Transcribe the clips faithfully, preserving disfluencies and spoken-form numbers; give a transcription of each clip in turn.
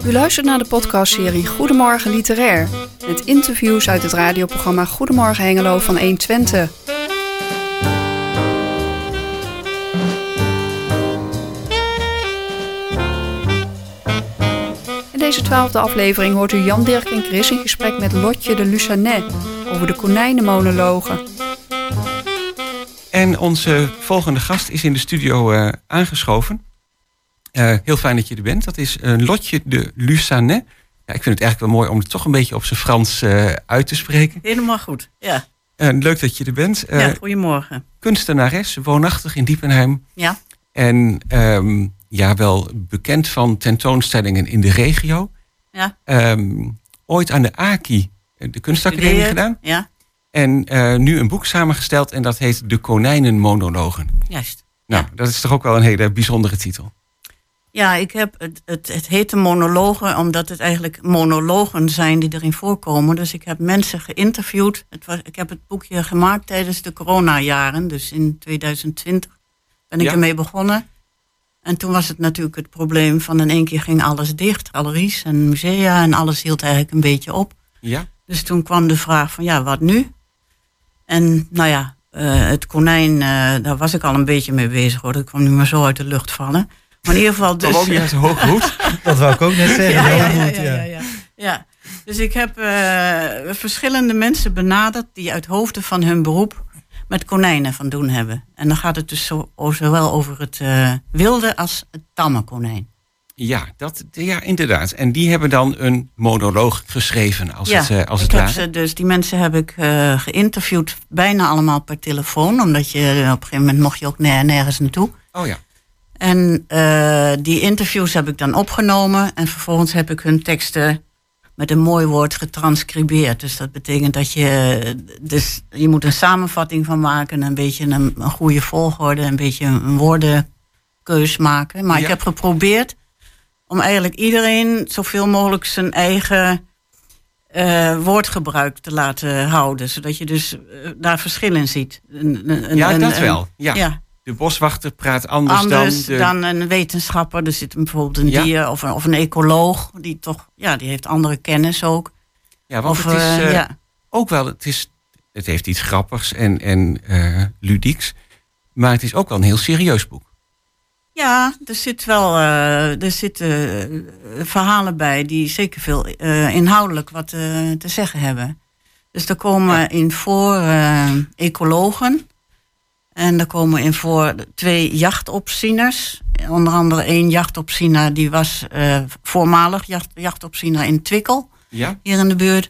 U luistert naar de podcastserie Goedemorgen Literair. Met interviews uit het radioprogramma Goedemorgen Hengelo van honderdtwintig. In deze twaalfde aflevering hoort u Jan, Dirk en Chris in gesprek met Lotje de Lucanet over de konijnenmonologen. En onze volgende gast is in de studio uh, aangeschoven. Uh, heel fijn dat je er bent. Dat is uh, Lotje de Lucanet. Ja, ik vind het eigenlijk wel mooi om het toch een beetje op zijn Frans uh, uit te spreken. Helemaal goed, ja. Uh, leuk dat je er bent. Uh, ja, goedemorgen. Kunstenares, woonachtig in Diepenheim. Ja. En um, ja, wel bekend van tentoonstellingen in de regio. Ja. Um, ooit aan de A K I, de kunstacademie gedaan. Ja. En uh, nu een boek samengesteld en dat heet De Konijnenmonologen. Juist. Nou, ja. Dat is toch ook wel een hele bijzondere titel. Ja, ik heb het, het, het heet de monologen omdat het eigenlijk monologen zijn die erin voorkomen. Dus ik heb mensen geïnterviewd. Het was, ik heb het boekje gemaakt tijdens de coronajaren. Dus in tweeduizend twintig ben ik ja. ermee begonnen. En toen was het natuurlijk het probleem van in één keer ging alles dicht. Galeries en musea en alles hield eigenlijk een beetje op. Ja. Dus toen kwam de vraag van ja, wat nu? En nou ja, uh, het konijn, uh, daar was ik al een beetje mee bezig hoor. Dat kwam nu maar zo uit de lucht vallen. Maar in ieder geval dus... Dat ook niet uit de hoge hoed. Dat wou ik ook net zeggen. Ja, ja, ja, ja, ja, ja, ja. Dus ik heb uh, verschillende mensen benaderd die uit hoofde van hun beroep met konijnen van doen hebben. En dan gaat het dus zo, zowel over het uh, wilde als het tamme konijn. Ja, dat, ja, inderdaad. En die hebben dan een monoloog geschreven, als ja, het, uh, als ik het heb ware. Ze, dus die mensen heb ik uh, geïnterviewd, bijna allemaal per telefoon. Omdat je uh, op een gegeven moment mocht je ook ner- nergens naartoe. Oh ja. En uh, die interviews heb ik dan opgenomen. En vervolgens heb ik hun teksten met een mooi woord getranscribeerd. Dus dat betekent dat je... Dus je moet een samenvatting van maken. Een beetje een, een goede volgorde. Een beetje een woordenkeus maken. Maar ja. ik heb geprobeerd om eigenlijk iedereen zoveel mogelijk zijn eigen uh, woordgebruik te laten houden. Zodat je dus uh, daar verschil in ziet. Een, een, ja, een, dat een, wel. Ja. ja. De boswachter praat anders, anders dan... De... dan een wetenschapper. Er zit bijvoorbeeld een ja. dier of een, of een ecoloog. Die toch, ja, die heeft andere kennis ook. Ja, want of, het is uh, ja. ook wel... Het, is, het heeft iets grappigs en, en uh, ludieks. Maar het is ook wel een heel serieus boek. Ja, er zit wel uh, er zitten uh, verhalen bij die zeker veel uh, inhoudelijk wat uh, te zeggen hebben. Dus er komen ja. in voor uh, ecologen. En er komen in voor twee jachtopzieners. Onder andere één jachtopziener die was uh, voormalig jacht, jachtopziener in Twickel. Ja. Hier in de buurt.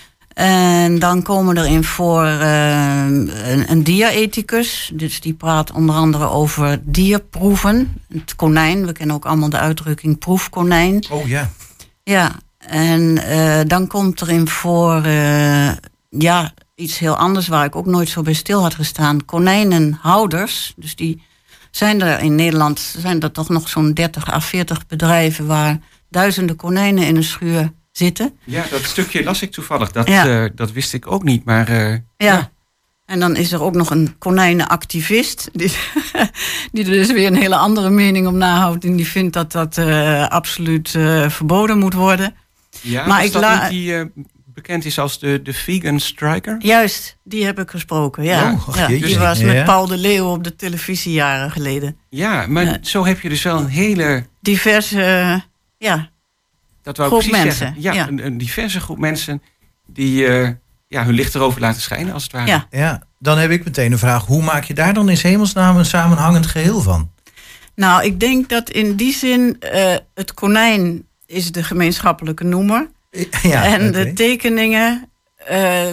En dan komen er in voor uh, een, een dierethicus. Dus die praat onder andere over dierproeven. Het konijn, we kennen ook allemaal de uitdrukking proefkonijn. Oh ja. Ja, en uh, dan komt er in voor... Uh, ja, iets heel anders waar ik ook nooit zo bij stil had gestaan. Konijnenhouders. Dus die zijn er in Nederland... zijn er toch nog zo'n dertig à veertig bedrijven... waar duizenden konijnen in een schuur zitten. Ja, dat stukje las ik toevallig. Dat, ja. uh, dat wist ik ook niet, maar... Uh, ja. ja. En dan is er ook nog een konijnenactivist... die, die er dus weer een hele andere mening om nahoudt... en die vindt dat dat uh, absoluut uh, verboden moet worden. Ja, maar is ik dat la- niet die... Uh, bekend is als de, de vegan striker? Juist, die heb ik gesproken, ja. Oh, ja die dus, was ja. met Paul de Leeuw op de televisie jaren geleden. Ja, maar uh, zo heb je dus wel een hele... Diverse, uh, ja, dat wou groep ik precies mensen. Zeggen. Ja, ja. Een, een diverse groep mensen die uh, ja, hun licht erover laten schijnen, als het ware. Ja. ja, dan heb ik meteen een vraag. Hoe maak je daar dan in 's hemelsnaam een samenhangend geheel van? Nou, ik denk dat in die zin uh, het konijn is de gemeenschappelijke noemer. Ja, en okay. de tekeningen uh, uh,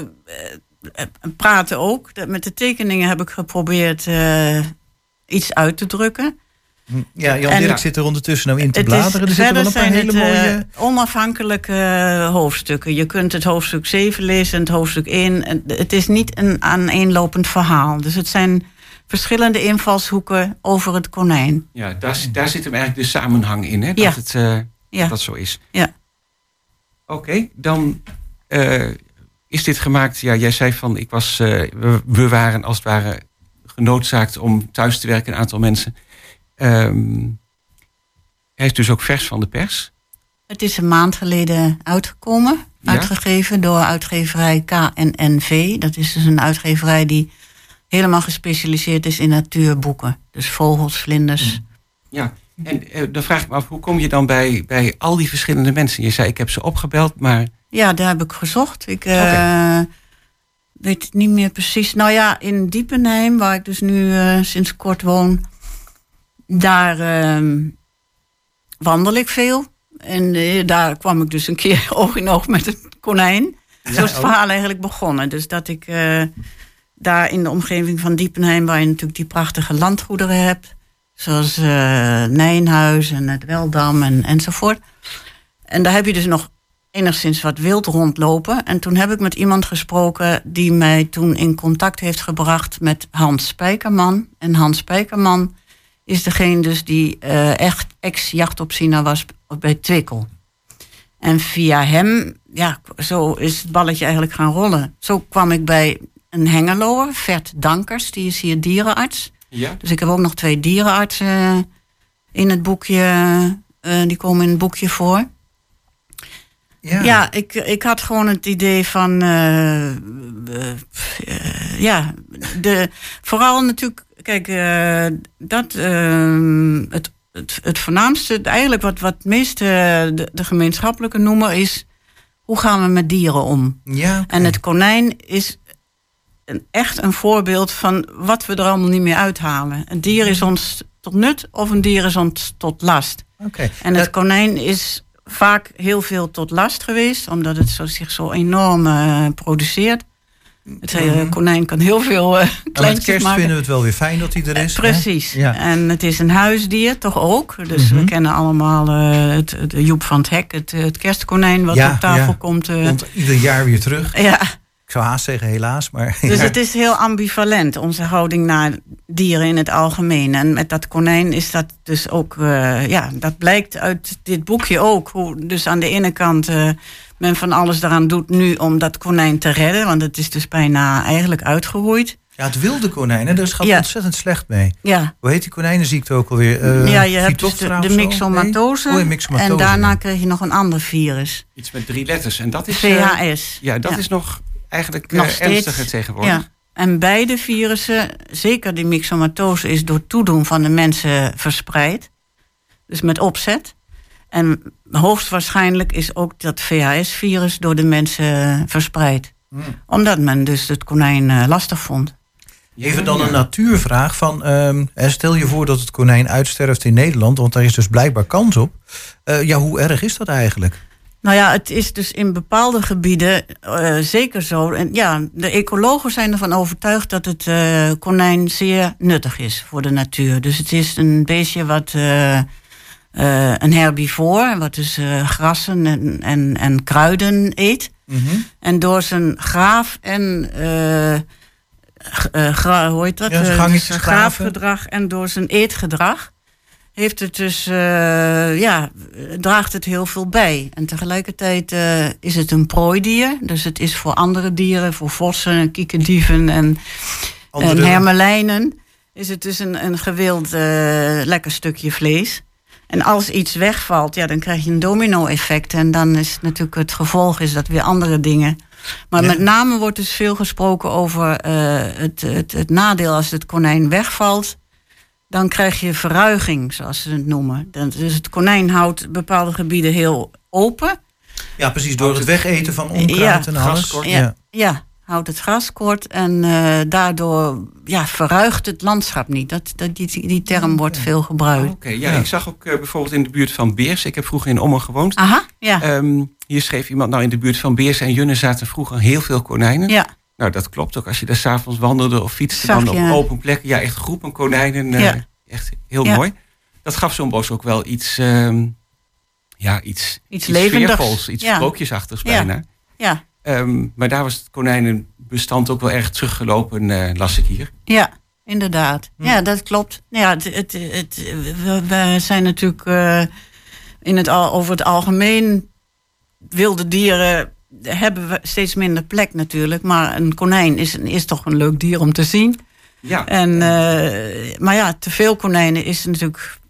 praten ook. Met de tekeningen heb ik geprobeerd uh, iets uit te drukken. Ja, Jan Dirk zit er ondertussen nou in te bladeren. Er zitten wel een paar hele het, mooie... Uh, onafhankelijke uh, hoofdstukken. Je kunt het hoofdstuk zeven lezen en het hoofdstuk één. Het is niet een aaneenlopend verhaal. Dus het zijn verschillende invalshoeken over het konijn. Ja, daar, daar zit hem eigenlijk de samenhang in, hè? Dat ja. het uh, ja. dat zo is. Ja. Oké, okay, dan uh, is dit gemaakt... Ja, jij zei van, ik was, uh, we, we waren als het ware genoodzaakt om thuis te werken, een aantal mensen. Um, hij is dus ook vers van de pers. Het is een maand geleden uitgekomen. Ja? Uitgegeven door uitgeverij K N N V. Dat is dus een uitgeverij die helemaal gespecialiseerd is in natuurboeken. Dus vogels, vlinders. Ja, en uh, dan vraag ik me af, hoe kom je dan bij, bij al die verschillende mensen? Je zei, ik heb ze opgebeld, maar... Ja, daar heb ik gezocht. Ik uh, Okay. weet het niet meer precies. Nou ja, in Diepenheim, waar ik dus nu uh, sinds kort woon... daar uh, wandel ik veel. En uh, daar kwam ik dus een keer oog in oog met een konijn. Ja, Zo is het verhaal eigenlijk begonnen. Dus dat ik uh, daar in de omgeving van Diepenheim... waar je natuurlijk die prachtige landgoederen hebt... zoals uh, Nijnhuis en het Weldam en, enzovoort. En daar heb je dus nog enigszins wat wild rondlopen. En toen heb ik met iemand gesproken... die mij toen in contact heeft gebracht met Hans Spijkerman. En Hans Spijkerman is degene dus die uh, echt ex-jachtopziener was bij Twickel. En via hem, ja, zo is het balletje eigenlijk gaan rollen. Zo kwam ik bij een Hengeloer, Vert Dankers, die is hier dierenarts. Ja? Dus ik heb ook nog twee dierenartsen in het boekje, uh, die komen in het boekje voor. Ja, ja ik, ik had gewoon het idee van, uh, uh, uh, ja, de, vooral natuurlijk, kijk, uh, dat, uh, het, het, het voornaamste, eigenlijk wat, wat het meeste de, de gemeenschappelijke noemer is, hoe gaan we met dieren om? Ja, okay. En het konijn is een, echt een voorbeeld van wat we er allemaal niet meer uithalen. Een dier is ons tot nut of een dier is ons tot last. Okay. En het konijn is vaak heel veel tot last geweest, omdat het zo, zich zo enorm uh, produceert. Het mm-hmm. konijn kan heel veel uh, kleintjes met kerst maken. Vinden we het wel weer fijn dat hij er is. Uh, precies. Ja. En het is een huisdier, toch ook. Dus mm-hmm. we kennen allemaal uh, het, het Joep van het Hek, het, het kerstkonijn wat ja, op tafel ja. komt. Uh, Komt ieder jaar weer terug. Ja. Ik zou haast zeggen helaas, maar... Dus ja. het is heel ambivalent, onze houding naar dieren in het algemeen. En met dat konijn is dat dus ook... Uh, ja, dat blijkt uit dit boekje ook. Hoe dus aan de ene kant uh, men van alles eraan doet nu om dat konijn te redden. Want het is dus bijna eigenlijk uitgeroeid. Ja, het wilde konijn, hè? Daar gaat ja. ontzettend slecht mee. Ja. Hoe heet die konijnenziekte ook alweer? Uh, ja, je hebt dus de, de myxomatose. Nee? Oh, myxomatose. En daarna ja. kreeg je nog een ander virus. Iets met drie letters. En dat is... V H S. Uh, ja, dat ja. is nog... Eigenlijk nog uh, steeds ernstiger tegenwoordig. Ja. En beide virussen, zeker die myxomatose, is door toedoen van de mensen verspreid. Dus met opzet. En hoogstwaarschijnlijk is ook dat V H S-virus door de mensen verspreid. Hmm. Omdat men dus het konijn uh, lastig vond. Even dan een natuurvraag. Van, um, stel je voor dat het konijn uitsterft in Nederland, want daar is dus blijkbaar kans op. Uh, ja, hoe erg is dat eigenlijk? Nou ja, het is dus in bepaalde gebieden uh, zeker zo. En ja, de ecologen zijn ervan overtuigd dat het uh, konijn zeer nuttig is voor de natuur. Dus het is een beestje wat uh, uh, een herbivoor, wat dus uh, grassen en, en, en kruiden eet. Mm-hmm. En door zijn graaf en uh, uh, gra, hoe heet dat? Ja, zijn dus zijn graafgedrag en door zijn eetgedrag heeft het dus, uh, ja, draagt het heel veel bij. En tegelijkertijd uh, is het een prooidier. Dus het is voor andere dieren, voor vossen, kiekerdieven en, en hermelijnen, is het dus een, een gewild uh, lekker stukje vlees. En als iets wegvalt, ja, dan krijg je een domino-effect. En dan is natuurlijk het gevolg is dat weer andere dingen. Maar ja. met name wordt dus veel gesproken over uh, het, het, het nadeel als het konijn wegvalt. Dan krijg je verruiging, zoals ze het noemen. Dus het konijn houdt bepaalde gebieden heel open. Ja, precies, door het wegeten van onkruid ja, en alles. Ja, ja. ja, houdt het gras kort en uh, daardoor ja, verruigt het landschap niet. Dat, dat, die, die term okay. wordt veel gebruikt. Oké, okay, ja, ja, ik zag ook uh, bijvoorbeeld in de buurt van Beers. Ik heb vroeger in Ommen gewoond. Aha, ja. Um, hier schreef iemand, nou in de buurt van Beers en Junne zaten vroeger heel veel konijnen. Ja. Nou, dat klopt ook. Als je daar 's avonds wandelde of fietste dan op open plekken. Ja, echt groepen konijnen. Uh, ja. Echt heel ja. mooi. Dat gaf zo'n bos ook wel iets... Um, ja, iets... Iets, iets levendigs. Iets ja. sprookjesachtigs bijna. Ja. ja. Um, maar daar was het konijnenbestand ook wel erg teruggelopen, uh, las ik hier. Ja, inderdaad. Hm. Ja, dat klopt. Ja, het, het, het, we, we zijn natuurlijk uh, in het al, over het algemeen... wilde dieren hebben we steeds minder plek natuurlijk. Maar een konijn is, is toch een leuk dier om te zien. Ja. En, uh, maar ja, te veel konijnen is natuurlijk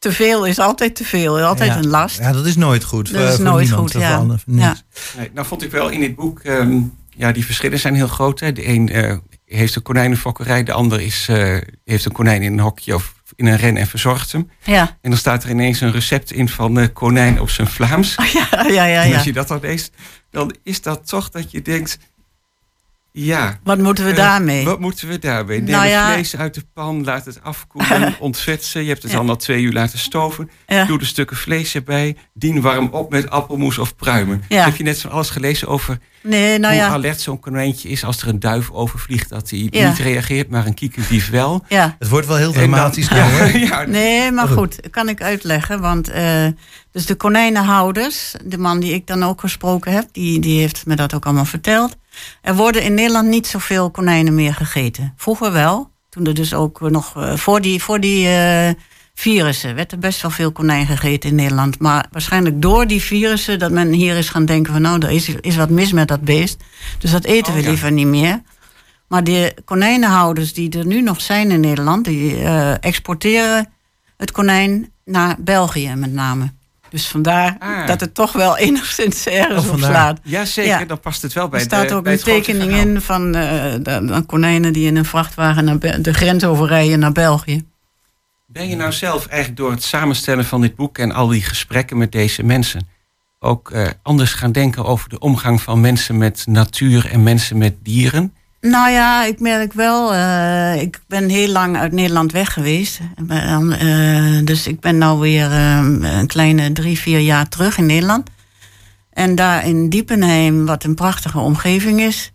te veel is altijd te veel. Altijd ja. een last. Ja, dat is nooit goed. Dat is voor nooit niemand, goed, ja. Voor ja. Nee, nou vond ik wel in dit boek... Um, ja, die verschillen zijn heel groot. Hè. De een uh, heeft een konijnenfokkerij. De ander is, uh, heeft een konijn in een hokje of in een ren en verzorgt hem. Ja. En dan staat er ineens een recept in van uh, konijn op zijn Vlaams. Oh, ja, ja, ja, ja. En als je dat dan leest, dan is dat toch dat je denkt... Ja. Wat moeten we uh, daarmee? Wat moeten we daarmee? Neem nou, het ja. vlees uit de pan, laat het afkoelen, ontvetsen. Je hebt het ja. dan al twee uur laten stoven. Ja. Doe er stukken vlees erbij. Dien warm op met appelmoes of pruimen. Ja. Heb je net van alles gelezen over nee, nou hoe ja. alert zo'n konijntje is als er een duif overvliegt, dat hij ja. niet reageert, maar een kiekendief wel. Ja. Het wordt wel heel dramatisch. Dan, nou, ja, hoor. ja. Nee, maar goed, kan ik uitleggen. Want uh, dus de konijnenhouders, de man die ik dan ook gesproken heb, die, die heeft me dat ook allemaal verteld. Er worden in Nederland niet zoveel konijnen meer gegeten. Vroeger wel. Toen er dus ook nog uh, voor die, voor die uh, virussen werd er best wel veel konijn gegeten in Nederland. Maar waarschijnlijk door die virussen dat men hier is gaan denken van nou, er is, is wat mis met dat beest. Dus dat eten oh, we ja. liever niet meer. Maar de konijnenhouders die er nu nog zijn in Nederland, die uh, exporteren het konijn naar België met name. Dus vandaar ah. dat het toch wel enigszins ergens oh, op slaat. Ja, zeker. Ja. Dan past het wel bij de Er staat de, ook bij een tekening in van uh, de, de konijnen die in een vrachtwagen naar Be- de grens overrijden naar België. Ben je nou zelf eigenlijk door het samenstellen van dit boek en al die gesprekken met deze mensen ook uh, anders gaan denken over de omgang van mensen met natuur en mensen met dieren? Nou ja, ik merk wel, uh, ik ben heel lang uit Nederland weg geweest. Uh, dus ik ben nou weer uh, een kleine drie, vier jaar terug in Nederland. En daar in Diepenheim, wat een prachtige omgeving is.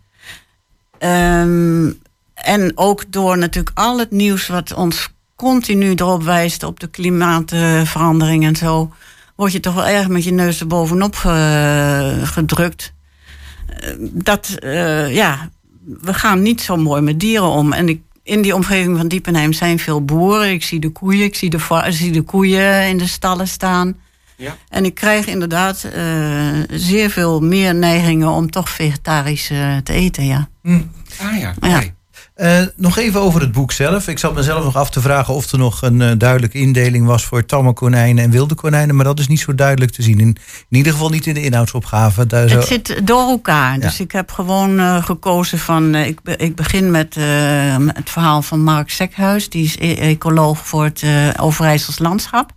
Um, en ook door natuurlijk al het nieuws wat ons continu erop wijst op de klimaatverandering en zo, word je toch wel erg met je neus er bovenop uh, gedrukt. Uh, dat, uh, ja... We gaan niet zo mooi met dieren om. En ik, in die omgeving van Diepenheim zijn veel boeren. Ik zie de koeien, ik zie de, ik zie de koeien in de stallen staan. Ja. En ik krijg inderdaad uh, zeer veel meer neigingen om toch vegetarisch uh, te eten, ja. Mm. Ah ja, ja. Okay. Uh, nog even over het boek zelf. Ik zat mezelf nog af te vragen of er nog een uh, duidelijke indeling was voor tamme konijnen en wilde konijnen. Maar dat is niet zo duidelijk te zien. In, in ieder geval niet in de inhoudsopgave. Daar het zo... zit door elkaar. Ja. Dus ik heb gewoon uh, gekozen van... Uh, ik, be, ik begin met uh, het verhaal van Mark Sekhuis. Die is e- ecoloog voor het uh, Overijssels landschap.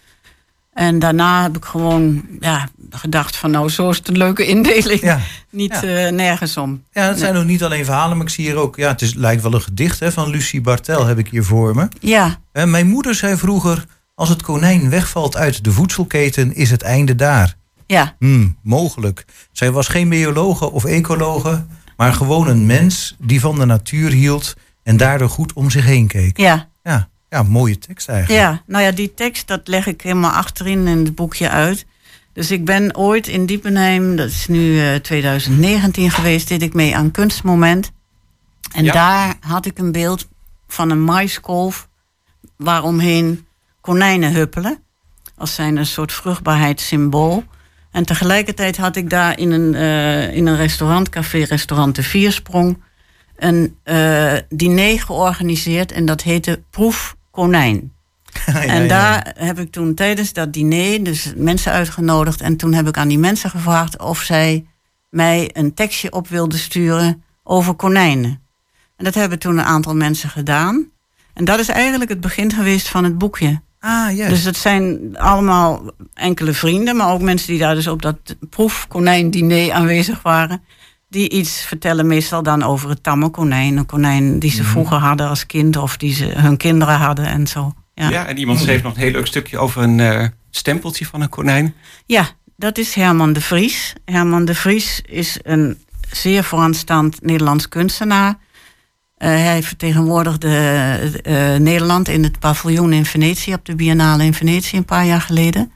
En daarna heb ik gewoon ja, gedacht van nou, zo is het een leuke indeling. Ja. Niet ja. Uh, nergens om. Ja, het zijn nee. ook niet alleen verhalen, maar ik zie hier ook... Ja, het is, lijkt wel een gedicht hè, van Lucie Bartel, heb ik hier voor me. Ja. Uh, mijn moeder zei vroeger, als het konijn wegvalt uit de voedselketen, is het einde daar. Ja. Hmm, mogelijk. Zij was geen biologe of ecologe, maar gewoon een mens die van de natuur hield en daardoor goed om zich heen keek. Ja. Ja. Ja, mooie tekst eigenlijk. Ja, nou ja, die tekst dat leg ik helemaal achterin in het boekje uit. Dus ik ben ooit in Diepenheim, dat is nu uh, twintig negentien geweest, deed ik mee aan Kunstmoment. En ja. daar had ik een beeld van een maiskolf waaromheen konijnen huppelen. Als zijn een soort vruchtbaarheidssymbool. En tegelijkertijd had ik daar in een, uh, in een restaurant, café restaurant De Viersprong, een uh, diner georganiseerd en dat heette Proef Konijn. Ja, en ja, daar ja. heb ik toen tijdens dat diner dus mensen uitgenodigd. En toen heb ik aan die mensen gevraagd of zij mij een tekstje op wilden sturen over konijnen. En dat hebben toen een aantal mensen gedaan. En dat is eigenlijk het begin geweest van het boekje. Ah, yes. Dus het zijn allemaal enkele vrienden, maar ook mensen die daar dus op dat proefkonijn-diner aanwezig waren. Die iets vertellen meestal dan over het tamme konijn. Een konijn die ze mm-hmm. vroeger hadden als kind of die ze hun kinderen hadden en zo. Ja, ja en iemand schreef nog een heel leuk stukje over een uh, stempeltje van een konijn. Ja, dat is Herman de Vries. Herman de Vries is een zeer vooraanstaand Nederlands kunstenaar. Uh, hij vertegenwoordigde uh, Nederland in het paviljoen in Venetië, op de Biennale in Venetië een paar jaar geleden.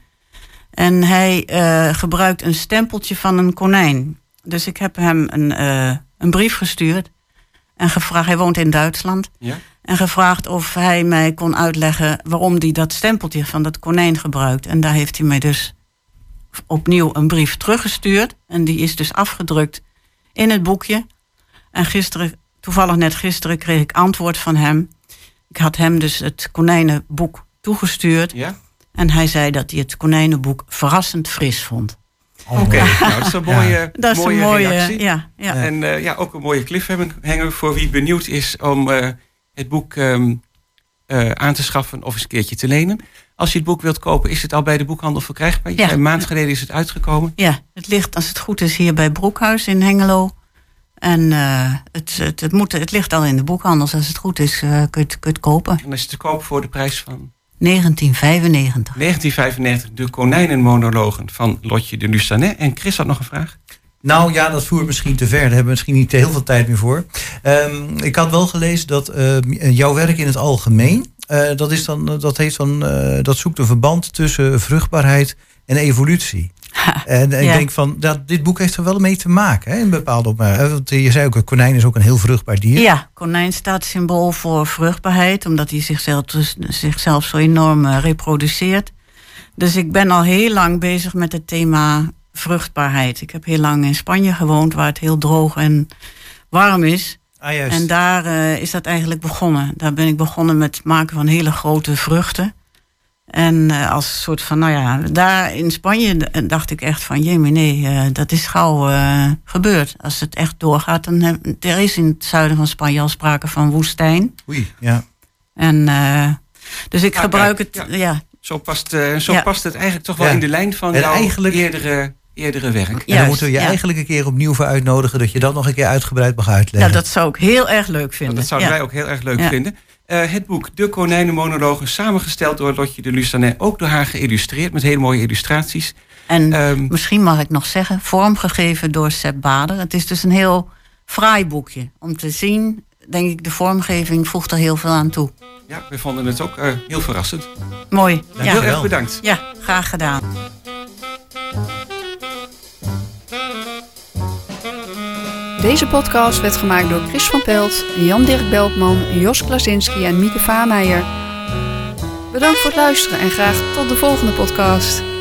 En hij uh, gebruikt een stempeltje van een konijn. Dus ik heb hem een, uh, een brief gestuurd en gevraagd, hij woont in Duitsland, ja? en gevraagd of hij mij kon uitleggen waarom hij dat stempeltje van dat konijn gebruikt. En daar heeft hij mij dus opnieuw een brief teruggestuurd. En die is dus afgedrukt in het boekje. En gisteren, toevallig net gisteren, kreeg ik antwoord van hem. Ik had hem dus het konijnenboek toegestuurd. Ja? En hij zei dat hij het konijnenboek verrassend fris vond. Oké, okay, nou, dat is een mooie, ja. dat is mooie, een mooie reactie. Ja, ja. En uh, ja, ook een mooie cliffhanger voor wie benieuwd is om uh, het boek um, uh, aan te schaffen of eens een keertje te lenen. Als je het boek wilt kopen, is het al bij de boekhandel verkrijgbaar? Ja. Een maand geleden is het uitgekomen. Ja, het ligt als het goed is hier bij Broekhuis in Hengelo. En uh, het, het, het, moet, het ligt al in de boekhandels. Als het goed is, uh, kun, je het, kun je het kopen. En is het te koop voor de prijs van? negentien vijfennegentig. negentien vijfennegentig, de konijnenmonologen van Lotje de Lucanet. En Chris had nog een vraag? Nou ja, dat voert misschien te ver. Daar hebben we misschien niet heel veel tijd meer voor. Um, ik had wel gelezen dat uh, jouw werk in het algemeen... Uh, dat, is dan, dat, heeft dan, uh, dat zoekt een verband tussen vruchtbaarheid en evolutie. Ha, en, en ja. ik denk van, dat, dit boek heeft er wel mee te maken, hè, in bepaalde opmerking. Want je zei ook, een konijn is ook een heel vruchtbaar dier. Ja, konijn staat symbool voor vruchtbaarheid, omdat hij zichzelf, zichzelf zo enorm uh, reproduceert. Dus ik ben al heel lang bezig met het thema vruchtbaarheid. Ik heb heel lang in Spanje gewoond, waar het heel droog en warm is. Ah, juist. En daar uh, is dat eigenlijk begonnen. Daar ben ik begonnen met het maken van hele grote vruchten. En uh, als soort van, nou ja, daar in Spanje dacht ik echt van, jee, nee, uh, dat is gauw uh, gebeurd. Als het echt doorgaat, dan heb, er is in het zuiden van Spanje al sprake van woestijn. Oei, ja. En uh, dus ik ah, gebruik kijk, het, ja. ja. Zo, past, uh, zo ja. past het eigenlijk toch wel ja. in de lijn van en jouw eigenlijk... eerdere... eerdere werk. En Juist, dan moeten we je ja. eigenlijk een keer opnieuw voor uitnodigen... dat je dat nog een keer uitgebreid mag uitleggen. Ja, dat zou ik heel erg leuk vinden. Dat zouden ja. wij ook heel erg leuk ja. vinden. Uh, het boek De Konijnenmonologen, samengesteld door Lotje de Lucanet... ook door haar geïllustreerd met hele mooie illustraties. En um, misschien mag ik nog zeggen, vormgegeven door Sepp Bader. Het is dus een heel fraai boekje. Om te zien, denk ik, de vormgeving voegt er heel veel aan toe. Ja, we vonden het ook uh, heel verrassend. Mooi. Ja. Heel erg bedankt. Ja, graag gedaan. Deze podcast werd gemaakt door Chris van Pelt, Jan-Dirk Beltman, Jos Klasinski en Mieke Vaameijer. Bedankt voor het luisteren en graag tot de volgende podcast.